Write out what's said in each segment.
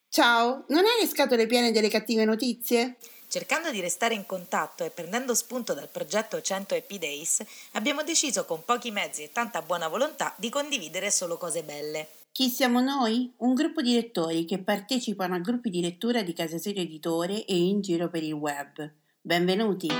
Ciao, non hai le scatole piene delle cattive notizie? Cercando di restare in contatto e prendendo spunto dal progetto 100 Happy Days, abbiamo deciso con pochi mezzi e tanta buona volontà di condividere solo cose belle. Chi siamo noi? Un gruppo di lettori che partecipano a gruppi di lettura di Casa Serio Editore e in giro per il web. Benvenuti!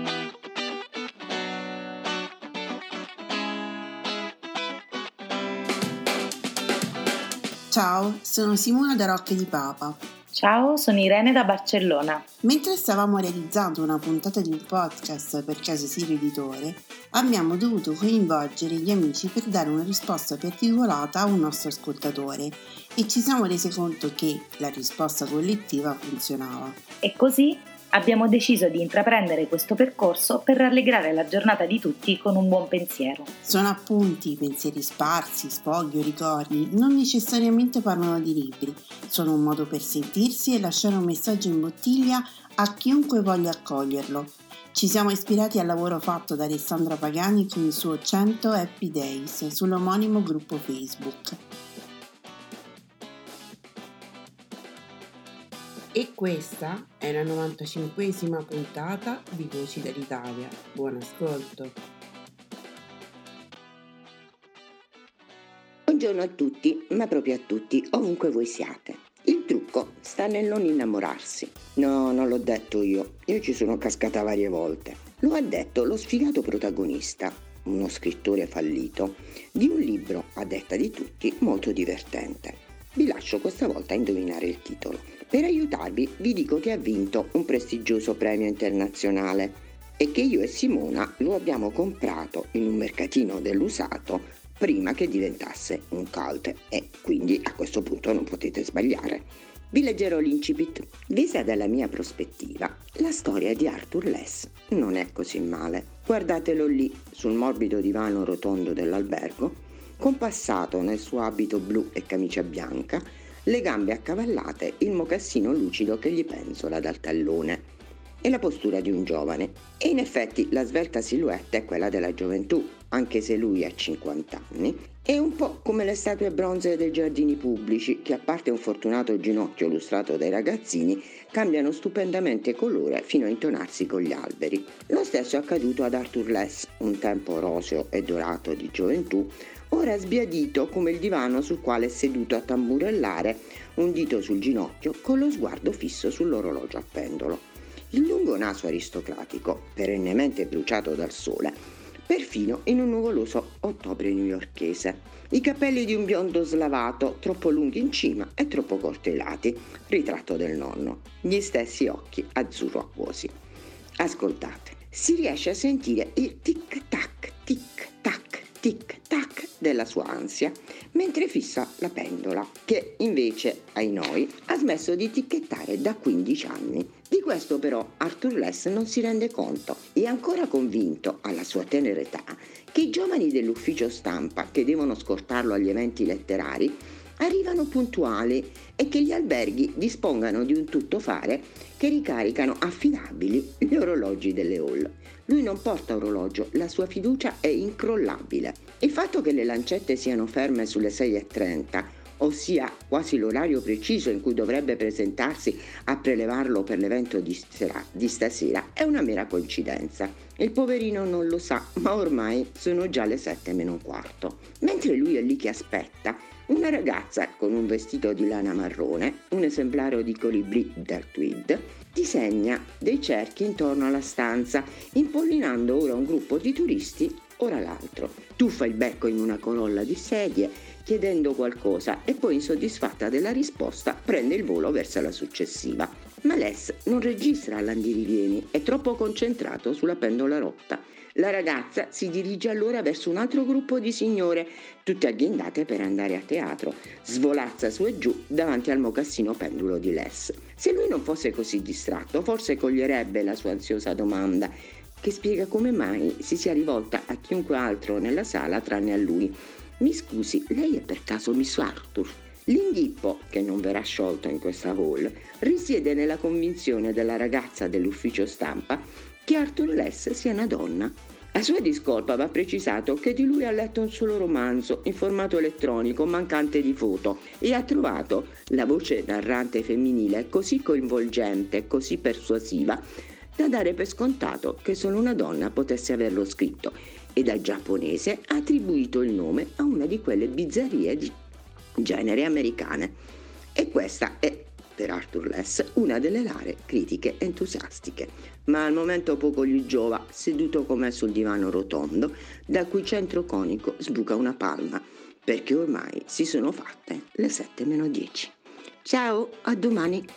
Ciao, sono Simona da Rocche di Papa. Ciao, sono Irene da Barcellona. Mentre stavamo realizzando una puntata di un podcast per Casa Serio Editore, abbiamo dovuto coinvolgere gli amici per dare una risposta più articolata a un nostro ascoltatore e ci siamo resi conto che la risposta collettiva funzionava. E così abbiamo deciso di intraprendere questo percorso per rallegrare la giornata di tutti con un buon pensiero. Sono appunti, pensieri sparsi, sfoghi o ricordi, non necessariamente parlano di libri, sono un modo per sentirsi e lasciare un messaggio in bottiglia a chiunque voglia accoglierlo. Ci siamo ispirati al lavoro fatto da Alessandra Pagani con il suo 100 Happy Days sull'omonimo gruppo Facebook. E questa è la 95esima puntata di Voci dall'Italia. Buon ascolto! Buongiorno a tutti, ma proprio a tutti, ovunque voi siate. Il trucco sta nel non innamorarsi. No, non l'ho detto io ci sono cascata varie volte. Lo ha detto lo sfigato protagonista, uno scrittore fallito, di un libro, a detta di tutti, molto divertente. Vi lascio questa volta indovinare il titolo. Per aiutarvi vi dico che ha vinto un prestigioso premio internazionale e che io e Simona lo abbiamo comprato in un mercatino dell'usato prima che diventasse un cult e quindi a questo punto non potete sbagliare. Vi leggerò l'incipit. Vista dalla mia prospettiva, la storia di Arthur Less non è così male. Guardatelo lì, sul morbido divano rotondo dell'albergo, compassato nel suo abito blu e camicia bianca, le gambe accavallate, il mocassino lucido che gli penzola dal tallone e la postura di un giovane. E in effetti la svelta silhouette è quella della gioventù, anche se lui ha 50 anni, è un po' come le statue bronzee dei giardini pubblici che, a parte un fortunato ginocchio lustrato dai ragazzini, cambiano stupendamente colore fino a intonarsi con gli alberi. Lo stesso è accaduto ad Arthur Less, un tempo roseo e dorato di gioventù, ora sbiadito come il divano sul quale è seduto a tamburellare, un dito sul ginocchio, con lo sguardo fisso sull'orologio a pendolo. Il lungo naso aristocratico, perennemente bruciato dal sole, perfino in un nuvoloso ottobre newyorkese. I capelli di un biondo slavato, troppo lunghi in cima e troppo corti ai lati, ritratto del nonno. Gli stessi occhi azzurro acquosi. Ascoltate, si riesce a sentire il tic-tac, tic-tac, tic-tac della sua ansia, mentre fissa la pendola, che invece, ai noi, ha smesso di ticchettare da 15 anni. Di questo però Arthur Less non si rende conto. È ancora convinto, alla sua tenera età, che i giovani dell'ufficio stampa che devono scortarlo agli eventi letterari arrivano puntuali e che gli alberghi dispongano di un tuttofare che ricaricano affidabili gli orologi delle hall. Lui non porta orologio, la sua fiducia è incrollabile. Il fatto che le lancette siano ferme sulle 6:30, ossia quasi l'orario preciso in cui dovrebbe presentarsi a prelevarlo per l'evento di stasera, è una mera coincidenza. Il poverino non lo sa, ma ormai sono già le 7:45. Mentre lui è lì che aspetta, una ragazza con un vestito di lana marrone, un esemplare di colibrì del tweed, disegna dei cerchi intorno alla stanza, impollinando ora un gruppo di turisti, ora l'altro. Tuffa il becco in una corolla di sedie, chiedendo qualcosa e poi, insoddisfatta della risposta, prende il volo verso la successiva. Ma Less non registra l'andirivieni, è troppo concentrato sulla pendola rotta. La ragazza si dirige allora verso un altro gruppo di signore, tutte agghindate per andare a teatro. Svolazza su e giù davanti al mocassino pendulo di Less. Se lui non fosse così distratto, forse coglierebbe la sua ansiosa domanda, che spiega come mai si sia rivolta a chiunque altro nella sala tranne a lui. Mi scusi, lei è per caso Miss Arthur? L'inghippo, che non verrà sciolto in questa hall, risiede nella convinzione della ragazza dell'ufficio stampa che Arthur Less sia una donna. A sua discolpa va precisato che di lui ha letto un solo romanzo in formato elettronico mancante di foto e ha trovato la voce narrante femminile così coinvolgente e così persuasiva da dare per scontato che solo una donna potesse averlo scritto, e da giapponese ha attribuito il nome a una di quelle bizzarrie di genere americane. E questa è, per Arthur Less, una delle rare critiche entusiastiche, ma al momento poco gli giova, seduto com'è sul divano rotondo, da cui centro conico sbuca una palma, perché ormai si sono fatte le 7:10. Ciao, a domani!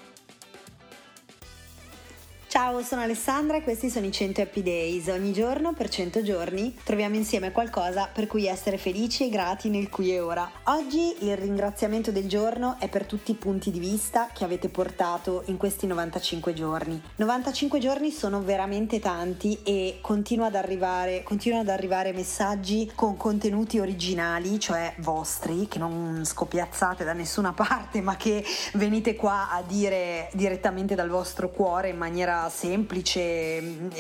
Ciao, sono Alessandra e questi sono i 100 Happy Days. Ogni giorno, per 100 giorni, troviamo insieme qualcosa per cui essere felici e grati nel qui e ora. Oggi il ringraziamento del giorno è per tutti i punti di vista che avete portato in questi 95 giorni. 95 giorni sono veramente tanti e continuano ad arrivare messaggi con contenuti originali, cioè vostri, che non scopiazzate da nessuna parte, ma che venite qua a dire direttamente dal vostro cuore in maniera semplice,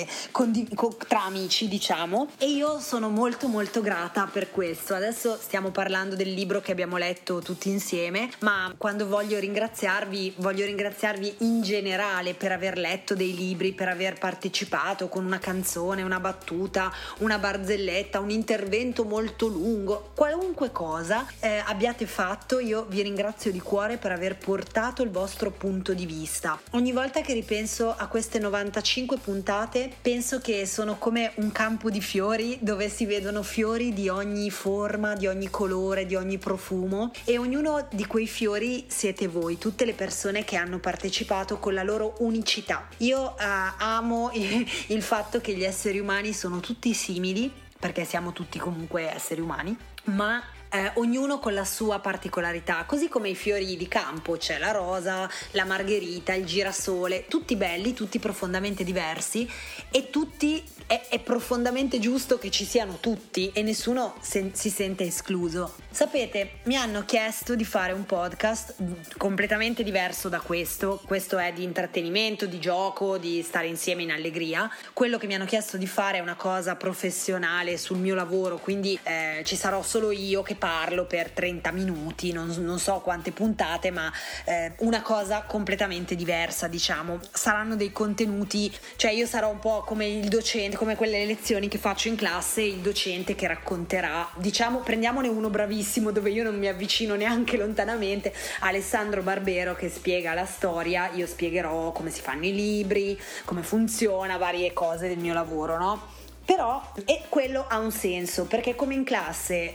tra amici, diciamo, e io sono molto molto grata per questo. Adesso stiamo parlando del libro che abbiamo letto tutti insieme, ma quando voglio ringraziarvi in generale per aver letto dei libri, per aver partecipato con una canzone, una battuta, una barzelletta, un intervento molto lungo, qualunque cosa abbiate fatto, io vi ringrazio di cuore per aver portato il vostro punto di vista. Ogni volta che ripenso a queste 95 puntate penso che sono come un campo di fiori dove si vedono fiori di ogni forma, di ogni colore, di ogni profumo, e ognuno di quei fiori siete voi, tutte le persone che hanno partecipato con la loro unicità. Io amo il fatto che gli esseri umani sono tutti simili, perché siamo tutti comunque esseri umani, ma ognuno con la sua particolarità, così come i fiori di campo, c'è la rosa, la margherita, il girasole, tutti belli, tutti profondamente diversi, e tutti è profondamente giusto che ci siano tutti e nessuno si sente escluso. Sapete, mi hanno chiesto di fare un podcast completamente diverso da questo è di intrattenimento, di gioco, di stare insieme in allegria. Quello che mi hanno chiesto di fare è una cosa professionale sul mio lavoro, quindi ci sarò solo io che parlo per 30 minuti, non so quante puntate, ma una cosa completamente diversa, diciamo. Saranno dei contenuti, cioè io sarò un po' come il docente, come quelle lezioni che faccio in classe, il docente che racconterà, diciamo, prendiamone uno bravissimo dove io non mi avvicino neanche lontanamente, Alessandro Barbero, che spiega la storia, io spiegherò come si fanno i libri, come funziona, varie cose del mio lavoro, no? Però quello ha un senso, perché come in classe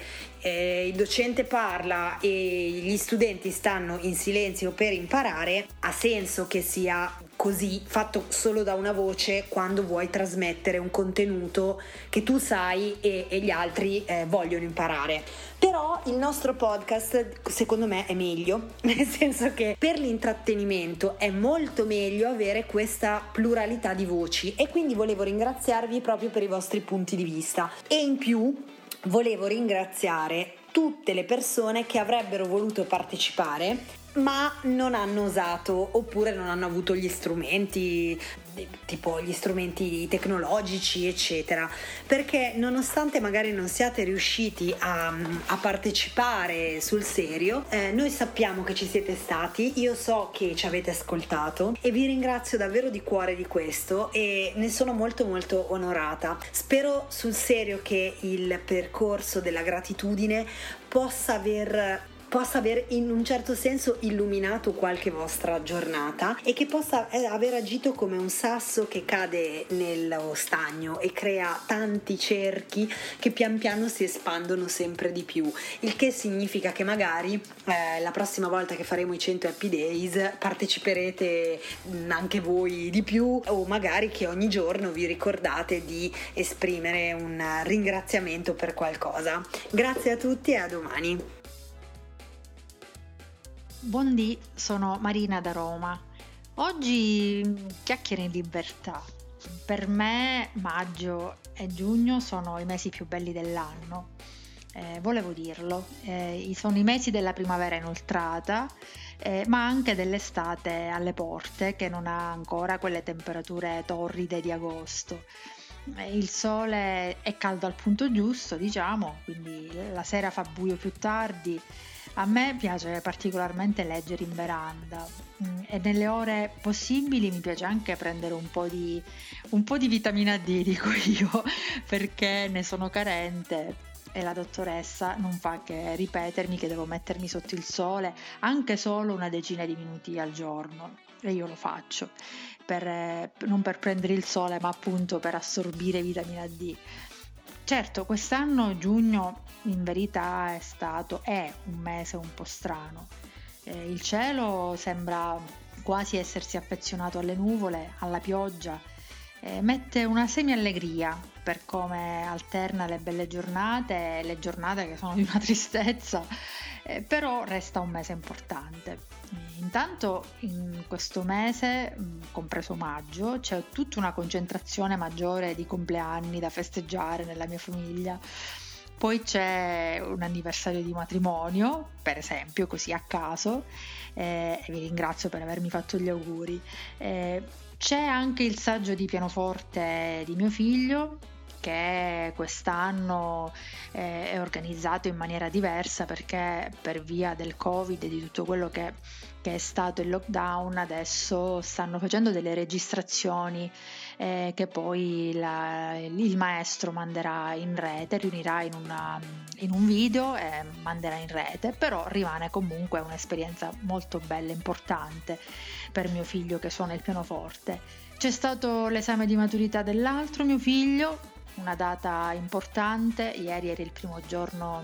il docente parla e gli studenti stanno in silenzio per imparare, ha senso che sia così, fatto solo da una voce, quando vuoi trasmettere un contenuto che tu sai e gli altri vogliono imparare. Però il nostro podcast secondo me è meglio, nel senso che per l'intrattenimento è molto meglio avere questa pluralità di voci, e quindi volevo ringraziarvi proprio per i vostri punti di vista, e in più volevo ringraziare tutte le persone che avrebbero voluto partecipare ma non hanno osato, oppure non hanno avuto gli strumenti, tipo gli strumenti tecnologici eccetera, perché nonostante magari non siate riusciti a partecipare sul serio, noi sappiamo che ci siete stati, io so che ci avete ascoltato e vi ringrazio davvero di cuore di questo, e ne sono molto molto onorata. Spero sul serio che il percorso della gratitudine possa aver in un certo senso illuminato qualche vostra giornata, e che possa aver agito come un sasso che cade nello stagno e crea tanti cerchi che pian piano si espandono sempre di più, il che significa che magari la prossima volta che faremo i 100 Happy Days parteciperete anche voi di più, o magari che ogni giorno vi ricordate di esprimere un ringraziamento per qualcosa. Grazie a tutti e a domani. Buondì, sono Marina da Roma. Oggi chiacchiere in libertà. Per me maggio e giugno sono i mesi più belli dell'anno. Volevo dirlo, sono i mesi della primavera inoltrata, ma anche dell'estate alle porte, che non ha ancora quelle temperature torride di agosto. il sole è caldo al punto giusto, diciamo, quindi la sera fa buio più tardi. A me piace particolarmente leggere in veranda e nelle ore possibili mi piace anche prendere un po' di vitamina D, dico io, perché ne sono carente e la dottoressa non fa che ripetermi che devo mettermi sotto il sole anche solo una decina di minuti al giorno, e io lo faccio non per prendere il sole, ma appunto per assorbire vitamina D. Certo, quest'anno giugno in verità è un mese un po' strano. Il cielo sembra quasi essersi affezionato alle nuvole, alla pioggia. Mette una semi-allegria per come alterna le belle giornate e le giornate che sono di una tristezza, però resta un mese importante. Intanto in questo mese, compreso maggio, c'è tutta una concentrazione maggiore di compleanni da festeggiare nella mia famiglia. Poi c'è un anniversario di matrimonio, per esempio, così a caso, e vi ringrazio per avermi fatto gli auguri. C'è anche il saggio di pianoforte di mio figlio, che quest'anno è organizzato in maniera diversa perché per via del Covid e di tutto quello che è stato il lockdown, adesso stanno facendo delle registrazioni che poi il maestro manderà in rete, riunirà in un video e manderà in rete, però rimane comunque un'esperienza molto bella e importante per mio figlio che suona il pianoforte. C'è stato l'esame di maturità dell'altro mio figlio, una data importante. Ieri era il primo giorno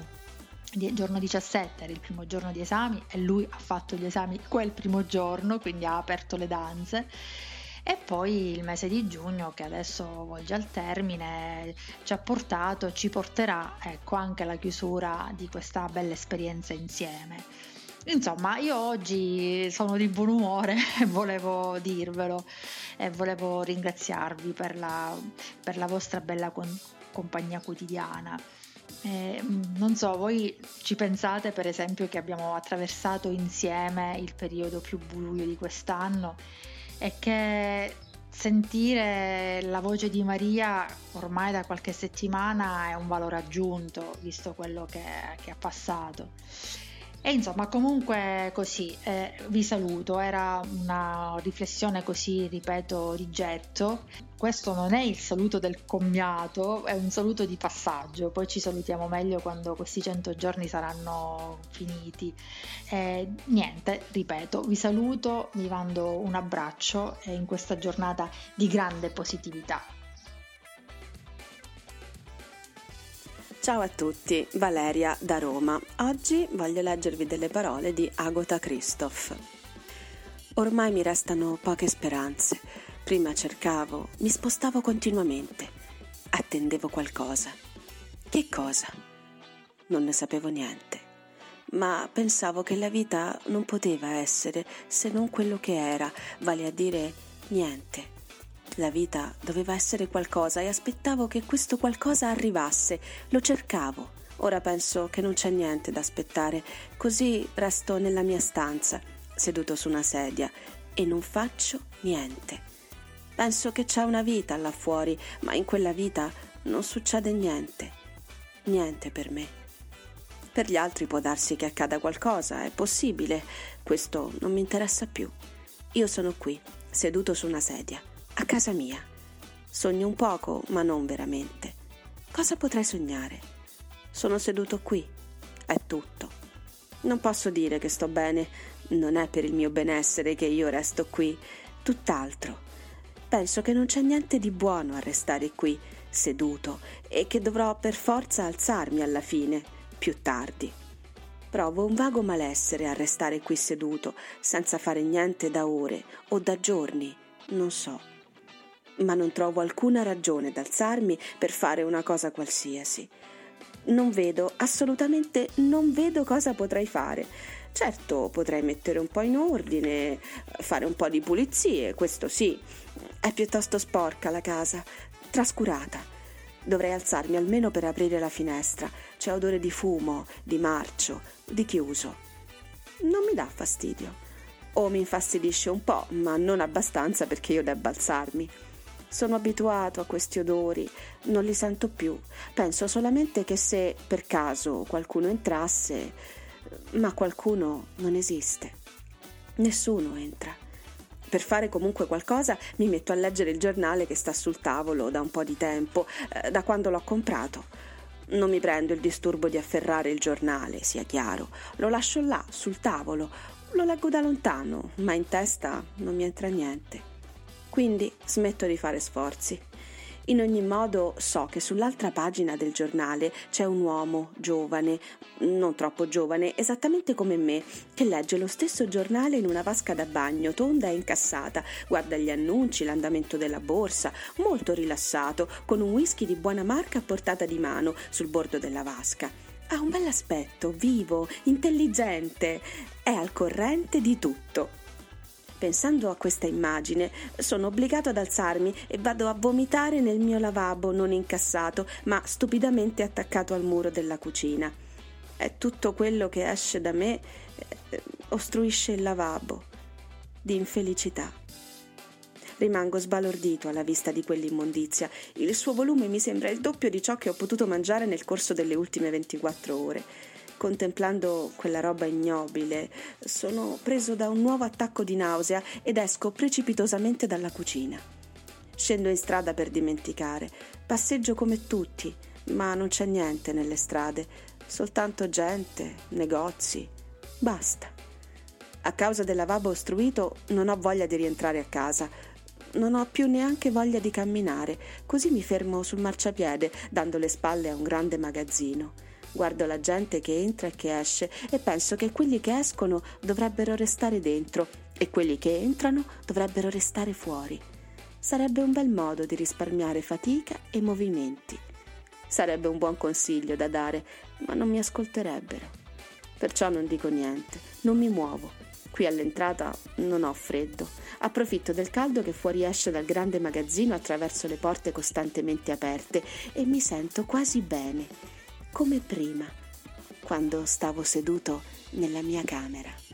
17, era il primo giorno di esami e lui ha fatto gli esami quel primo giorno, quindi ha aperto le danze. E poi il mese di giugno, che adesso volge al termine, ci porterà anche alla chiusura di questa bella esperienza insieme. Insomma, io oggi sono di buon umore e volevo dirvelo e volevo ringraziarvi per la vostra bella compagnia quotidiana. Non so, voi ci pensate per esempio che abbiamo attraversato insieme il periodo più buio di quest'anno e che sentire la voce di Maria ormai da qualche settimana è un valore aggiunto, visto quello che ha passato. E insomma, comunque così, vi saluto, era una riflessione così, ripeto, di getto. Questo non è il saluto del commiato, è un saluto di passaggio, poi ci salutiamo meglio quando questi 100 giorni saranno finiti. Niente, ripeto, vi saluto, vi mando un abbraccio in questa giornata di grande positività. Ciao a tutti, Valeria da Roma. Oggi voglio leggervi delle parole di Agota Christoph. Ormai mi restano poche speranze. Prima cercavo, mi spostavo continuamente. Attendevo qualcosa. Che cosa? Non ne sapevo niente. Ma pensavo che la vita non poteva essere se non quello che era, vale a dire niente. La vita doveva essere qualcosa e aspettavo che questo qualcosa arrivasse, lo cercavo. Ora penso che non c'è niente da aspettare, così resto nella mia stanza, seduto su una sedia, e non faccio niente. Penso che c'è una vita là fuori, ma in quella vita non succede niente. Niente per me. Per gli altri può darsi che accada qualcosa, è possibile, questo non mi interessa più. Io sono qui, seduto su una sedia. A casa mia. Sogno un poco, ma non veramente. Cosa potrei sognare? Sono seduto qui. È tutto. Non posso dire che sto bene. Non è per il mio benessere che io resto qui. Tutt'altro. Penso che non c'è niente di buono a restare qui, seduto, e che dovrò per forza alzarmi alla fine, più tardi. Provo un vago malessere a restare qui seduto, senza fare niente da ore o da giorni, non so. Ma non trovo alcuna ragione d'alzarmi per fare una cosa qualsiasi. Assolutamente non vedo cosa potrei fare. Certo, potrei mettere un po' in ordine, fare un po' di pulizie, questo sì. È piuttosto sporca la casa, trascurata. Dovrei alzarmi almeno per aprire la finestra. C'è odore di fumo, di marcio, di chiuso. Non mi dà fastidio. O mi infastidisce un po', ma non abbastanza perché io debba alzarmi. Sono abituato a questi odori, non li sento più. Penso solamente che se per caso qualcuno entrasse, ma qualcuno non esiste. Nessuno entra. Per fare comunque qualcosa mi metto a leggere il giornale che sta sul tavolo da un po' di tempo, da quando l'ho comprato. Non mi prendo il disturbo di afferrare il giornale, sia chiaro. Lo lascio là, sul tavolo. Lo leggo da lontano, ma in testa non mi entra niente. Quindi smetto di fare sforzi. In ogni modo so che sull'altra pagina del giornale c'è un uomo giovane, non troppo giovane, esattamente come me, che legge lo stesso giornale in una vasca da bagno, tonda e incassata, guarda gli annunci, l'andamento della borsa, molto rilassato, con un whisky di buona marca a portata di mano sul bordo della vasca. Ha un bell'aspetto, vivo, intelligente, è al corrente di tutto. Pensando a questa immagine, sono obbligato ad alzarmi e vado a vomitare nel mio lavabo non incassato, ma stupidamente attaccato al muro della cucina. E tutto quello che esce da me ostruisce il lavabo di infelicità. Rimango sbalordito alla vista di quell'immondizia. Il suo volume mi sembra il doppio di ciò che ho potuto mangiare nel corso delle ultime 24 ore. Contemplando quella roba ignobile, sono preso da un nuovo attacco di nausea ed esco precipitosamente dalla cucina. Scendo in strada per dimenticare. Passeggio come tutti, ma non c'è niente nelle strade, soltanto gente, negozi. Basta. A causa del lavabo ostruito non ho voglia di rientrare a casa. Non ho più neanche voglia di camminare, così mi fermo sul marciapiede, dando le spalle a un grande magazzino. Guardo la gente che entra e che esce e penso che quelli che escono dovrebbero restare dentro e quelli che entrano dovrebbero restare fuori. Sarebbe un bel modo di risparmiare fatica e movimenti. Sarebbe un buon consiglio da dare, ma non mi ascolterebbero. Perciò non dico niente, non mi muovo. Qui all'entrata non ho freddo. Approfitto del caldo che fuoriesce dal grande magazzino attraverso le porte costantemente aperte e mi sento quasi bene, come prima, quando stavo seduto nella mia camera.